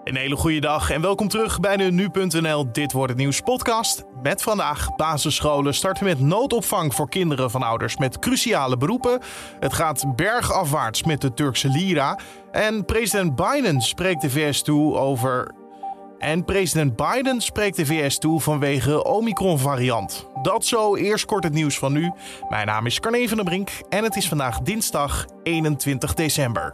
Een hele goede dag en welkom terug bij de Nu.nl Dit Wordt Het Nieuws podcast. Met vandaag: basisscholen starten met noodopvang voor kinderen van ouders met cruciale beroepen. Het gaat bergafwaarts met de Turkse lira. En president Biden spreekt de VS toe vanwege Omicron-variant. Dat zo, eerst kort het nieuws van nu. Mijn naam is Carne van der Brink en het is vandaag dinsdag 21 december.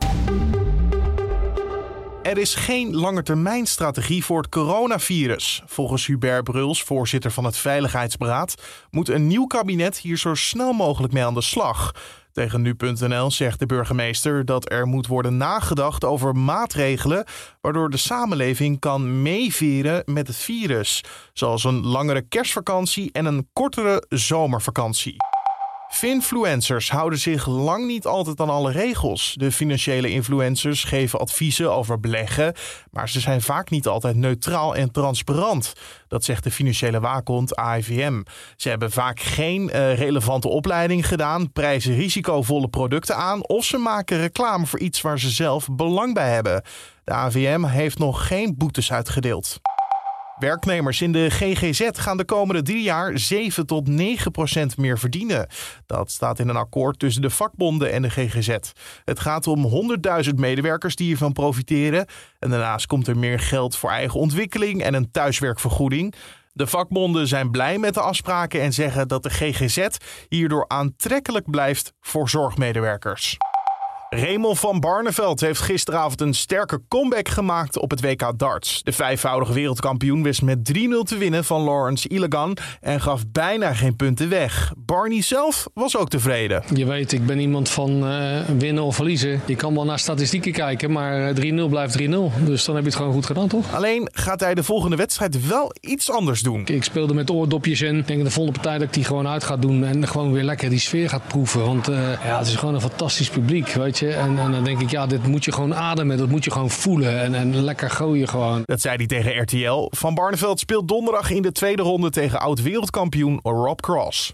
Er is geen langetermijnstrategie voor het coronavirus. Volgens Hubert Bruls, voorzitter van het Veiligheidsberaad, moet een nieuw kabinet hier zo snel mogelijk mee aan de slag. Tegen Nu.nl zegt de burgemeester dat er moet worden nagedacht over maatregelen waardoor de samenleving kan meevieren met het virus. Zoals een langere kerstvakantie en een kortere zomervakantie. Finfluencers houden zich lang niet altijd aan alle regels. De financiële influencers geven adviezen over beleggen, maar ze zijn vaak niet altijd neutraal en transparant. Dat zegt de financiële waakhond AIVM. Ze hebben vaak geen relevante opleiding gedaan, prijzen risicovolle producten aan of ze maken reclame voor iets waar ze zelf belang bij hebben. De AIVM heeft nog geen boetes uitgedeeld. Werknemers in de GGZ gaan de komende 3 jaar 7 tot 9% meer verdienen. Dat staat in een akkoord tussen de vakbonden en de GGZ. Het gaat om 100.000 medewerkers die hiervan profiteren. En daarnaast komt er meer geld voor eigen ontwikkeling en een thuiswerkvergoeding. De vakbonden zijn blij met de afspraken en zeggen dat de GGZ hierdoor aantrekkelijk blijft voor zorgmedewerkers. Raymond van Barneveld heeft gisteravond een sterke comeback gemaakt op het WK darts. De 5-voudige wereldkampioen wist met 3-0 te winnen van Lawrence Illegan en gaf bijna geen punten weg. Barney zelf was ook tevreden. Je weet, ik ben iemand van winnen of verliezen. Je kan wel naar statistieken kijken, maar 3-0 blijft 3-0. Dus dan heb je het gewoon goed gedaan, toch? Alleen gaat hij de volgende wedstrijd wel iets anders doen. Ik speelde met oordopjes en ik denk in de volgende partij dat ik die gewoon uit ga doen en gewoon weer lekker die sfeer gaat proeven. Want het is gewoon een fantastisch publiek, weet je. En dan denk ik, dit moet je gewoon ademen, dat moet je gewoon voelen en lekker gooien gewoon. Dat zei hij tegen RTL. Van Barneveld speelt donderdag in de tweede ronde tegen oud-wereldkampioen Rob Cross.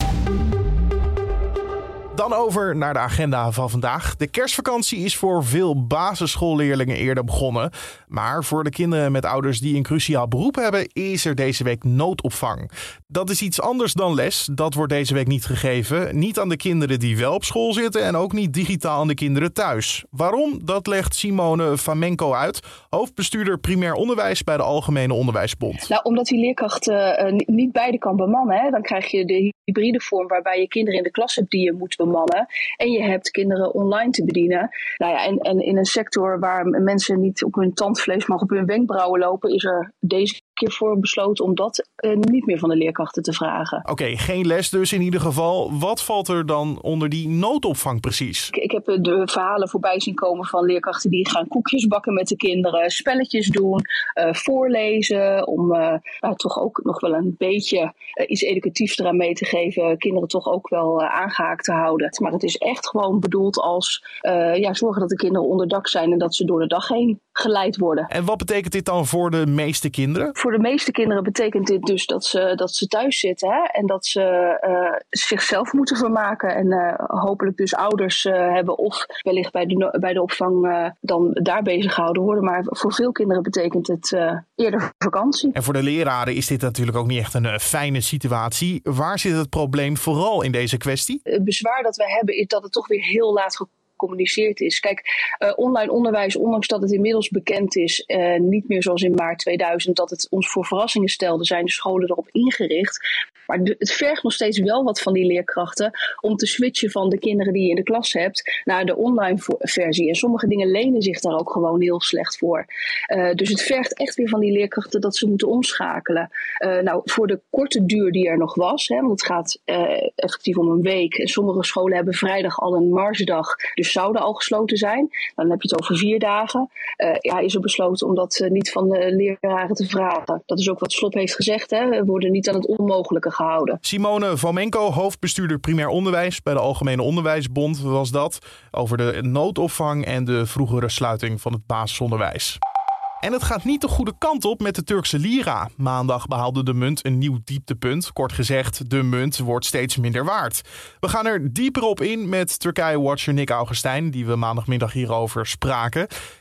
Dan over naar de agenda van vandaag. De kerstvakantie is voor veel basisschoolleerlingen eerder begonnen. Maar voor de kinderen met ouders die een cruciaal beroep hebben, is er deze week noodopvang. Dat is iets anders dan les. Dat wordt deze week niet gegeven. Niet aan de kinderen die wel op school zitten en ook niet digitaal aan de kinderen thuis. Waarom? Dat legt Simone Vamenko uit, hoofdbestuurder primair onderwijs bij de Algemene Onderwijsbond. Nou, omdat die leerkracht niet beide kan bemannen, hè, dan krijg je de hybride vorm waarbij je kinderen in de klas hebt die je moet bemannen. En je hebt kinderen online te bedienen. Nou ja, en in een sector waar mensen niet op hun tandvlees, maar op hun wenkbrauwen lopen, is er deze keer voor besloten om dat niet meer van de leerkrachten te vragen. Oké, geen les dus in ieder geval. Wat valt er dan onder die noodopvang precies? Ik heb de verhalen voorbij zien komen van leerkrachten die gaan koekjes bakken met de kinderen, spelletjes doen, voorlezen, om toch ook nog wel een beetje iets educatiefs eraan mee te geven, kinderen toch ook wel aangehaakt te houden. Maar het is echt gewoon bedoeld als zorgen dat de kinderen onder dak zijn en dat ze door de dag heen geleid worden. En wat betekent dit dan voor de meeste kinderen? Voor de meeste kinderen betekent dit dus dat ze thuis zitten, hè, en dat ze zichzelf moeten vermaken en hopelijk dus ouders hebben of wellicht bij de opvang dan daar bezig gehouden worden. Maar voor veel kinderen betekent het eerder vakantie. En voor de leraren is dit natuurlijk ook niet echt een fijne situatie. Waar zit het probleem vooral in deze kwestie? Het bezwaar dat we hebben is dat het toch weer heel laat gecommuniceerd is. Kijk, online onderwijs, ondanks dat het inmiddels bekend is, niet meer zoals in maart 2000, dat het ons voor verrassingen stelde, zijn de scholen erop ingericht. Maar het vergt nog steeds wel wat van die leerkrachten om te switchen van de kinderen die je in de klas hebt naar de online versie. En sommige dingen lenen zich daar ook gewoon heel slecht voor. Dus het vergt echt weer van die leerkrachten dat ze moeten omschakelen. Voor de korte duur die er nog was, hè, want het gaat effectief om een week. En sommige scholen hebben vrijdag al een margedag, dus zouden al gesloten zijn. Dan heb je het over 4 dagen. Is er besloten om dat niet van de leraren te vragen. Dat is ook wat Slop heeft gezegd. Hè. We worden niet aan het onmogelijke gehouden. Simone Vamenko, hoofdbestuurder primair onderwijs bij de Algemene Onderwijsbond, was dat over de noodopvang en de vroegere sluiting van het basisonderwijs. En het gaat niet de goede kant op met de Turkse lira. Maandag behaalde de munt een nieuw dieptepunt. Kort gezegd, de munt wordt steeds minder waard. We gaan er dieper op in met Turkije-watcher Nick Augustijn, die we maandagmiddag hierover spraken.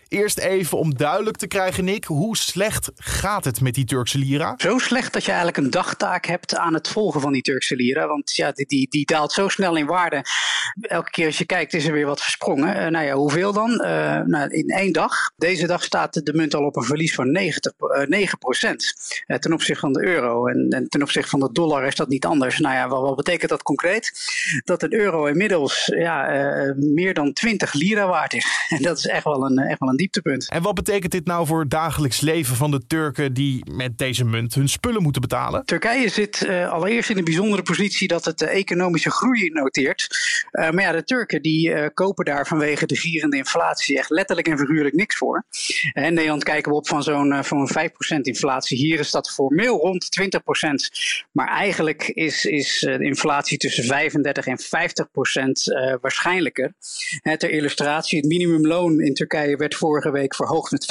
Eerst even om duidelijk te krijgen, Nick, hoe slecht gaat het met die Turkse lira? Zo slecht dat je eigenlijk een dagtaak hebt aan het volgen van die Turkse lira. Want ja, die daalt zo snel in waarde. Elke keer als je kijkt is er weer wat versprongen. Hoeveel dan? In 1 dag. Deze dag staat de munt al op een verlies van 9% ten opzichte van de euro. En ten opzichte van de dollar is dat niet anders. Wat betekent dat concreet? Dat een euro inmiddels meer dan 20 lira waard is. En dat is echt wel een dieptepunt. En wat betekent dit nou voor het dagelijks leven van de Turken die met deze munt hun spullen moeten betalen? Turkije zit allereerst in een bijzondere positie dat het economische groei noteert. Maar de Turken die kopen daar vanwege de gierende inflatie echt letterlijk en figuurlijk niks voor. In Nederland kijken we op van zo'n 5% inflatie. Hier is dat formeel rond 20%. Maar eigenlijk is de inflatie tussen 35 en 50% waarschijnlijker. Ter illustratie, het minimumloon in Turkije werd vorige week verhoogd met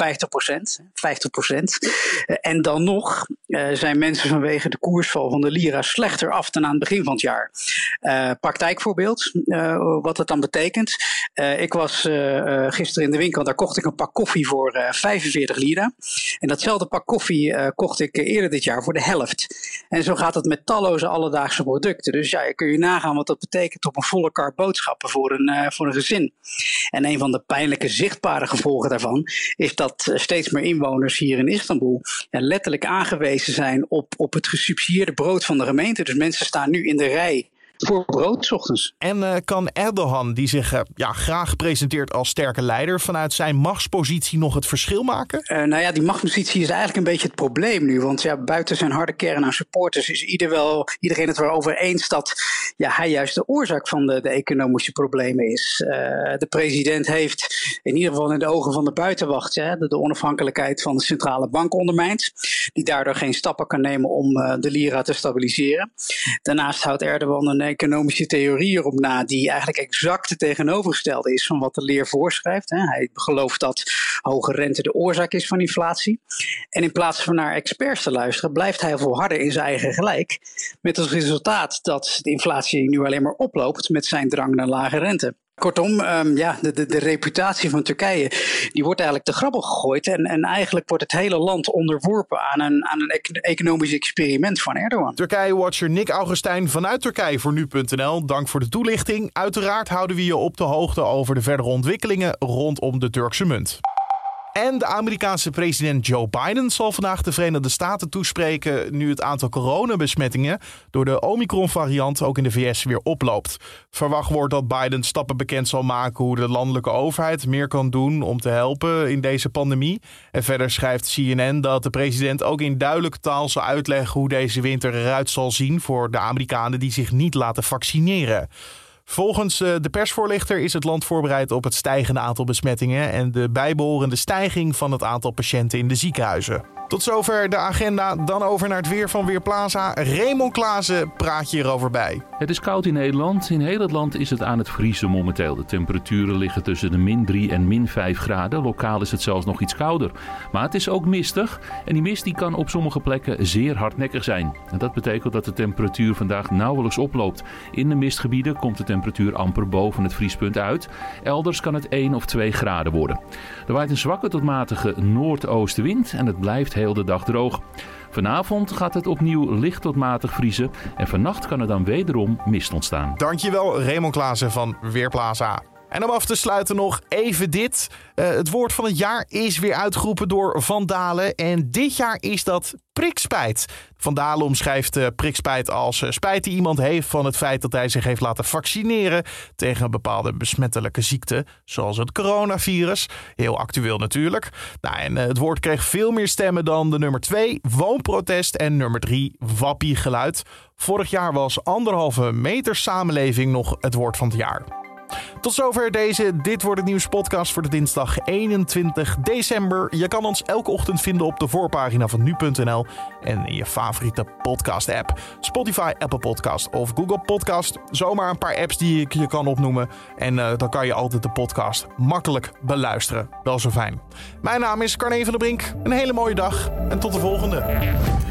50%. En dan nog zijn mensen vanwege de koersval van de lira slechter af dan aan het begin van het jaar. Praktijkvoorbeeld, wat het dan betekent. Ik was gisteren in de winkel, daar kocht ik een pak koffie voor 45 lira. En datzelfde pak koffie kocht ik eerder dit jaar voor de helft. En zo gaat het met talloze alledaagse producten. Dus ja, kun je nagaan wat dat betekent op een volle kar boodschappen voor een gezin. En een van de pijnlijke zichtbare gevolgen daarvan is dat steeds meer inwoners hier in Istanbul letterlijk aangewezen zijn op het gesubsidieerde brood van de gemeente. Dus mensen staan nu in de rij voor brood 's ochtends. En kan Erdogan, die zich graag presenteert als sterke leider, vanuit zijn machtspositie nog het verschil maken? Die machtspositie is eigenlijk een beetje het probleem nu. Want buiten zijn harde kern aan supporters is iedereen het erover eens dat hij juist de oorzaak van de economische problemen is. De president heeft in ieder geval in de ogen van de buitenwacht de onafhankelijkheid van de centrale bank ondermijnd. Die daardoor geen stappen kan nemen om de lira te stabiliseren. Daarnaast houdt Erdogan een economische theorie erop na die eigenlijk exact het tegenovergestelde is van wat de leer voorschrijft. Hij gelooft dat hoge rente de oorzaak is van inflatie. En in plaats van naar experts te luisteren, blijft hij volharden in zijn eigen gelijk. Met als resultaat dat de inflatie nu alleen maar oploopt met zijn drang naar lage rente. Kortom, de reputatie van Turkije die wordt eigenlijk te grabbel gegooid. En eigenlijk wordt het hele land onderworpen aan een economisch experiment van Erdogan. Turkije-watcher Nick Augustijn vanuit Turkije voor nu.nl. Dank voor de toelichting. Uiteraard houden we je op de hoogte over de verdere ontwikkelingen rondom de Turkse munt. En de Amerikaanse president Joe Biden zal vandaag de Verenigde Staten toespreken nu het aantal coronabesmettingen door de Omicron-variant ook in de VS weer oploopt. Verwacht wordt dat Biden stappen bekend zal maken hoe de landelijke overheid meer kan doen om te helpen in deze pandemie. En verder schrijft CNN dat de president ook in duidelijke taal zal uitleggen hoe deze winter eruit zal zien voor de Amerikanen die zich niet laten vaccineren. Volgens de persvoorlichter is het land voorbereid op het stijgende aantal besmettingen en de bijbehorende stijging van het aantal patiënten in de ziekenhuizen. Tot zover de agenda. Dan over naar het weer van Weerplaza. Raymond Klaassen praat je hierover bij. Het is koud in Nederland. In heel het land is het aan het vriezen momenteel. De temperaturen liggen tussen de -3 en -5 graden. Lokaal is het zelfs nog iets kouder. Maar het is ook mistig. En die mist die kan op sommige plekken zeer hardnekkig zijn. En dat betekent dat de temperatuur vandaag nauwelijks oploopt. In de mistgebieden komt de temperatuur amper boven het vriespunt uit. Elders kan het 1 of 2 graden worden. Er waait een zwakke tot matige noordoostenwind en het blijft heel de dag droog. Vanavond gaat het opnieuw licht tot matig vriezen en vannacht kan er dan wederom mist ontstaan. Dankjewel Raymond Klaassen van Weerplaza. En om af te sluiten nog even dit. Het woord van het jaar is weer uitgeroepen door Van Dalen. En dit jaar is dat prikspijt. Van Dalen omschrijft prikspijt als spijt die iemand heeft van het feit dat hij zich heeft laten vaccineren tegen een bepaalde besmettelijke ziekte, zoals het coronavirus. Heel actueel natuurlijk. En het woord kreeg veel meer stemmen dan de nummer 2, woonprotest, en nummer 3, wappiegeluid. Vorig jaar was 1,5 meter samenleving nog het woord van het jaar. Tot zover deze Dit Wordt Het Nieuws podcast voor de dinsdag 21 december. Je kan ons elke ochtend vinden op de voorpagina van nu.nl en in je favoriete podcast app. Spotify, Apple Podcast of Google Podcast. Zomaar een paar apps die ik je kan opnoemen. En dan kan je altijd de podcast makkelijk beluisteren. Wel zo fijn. Mijn naam is Carne van der Brink. Een hele mooie dag en tot de volgende.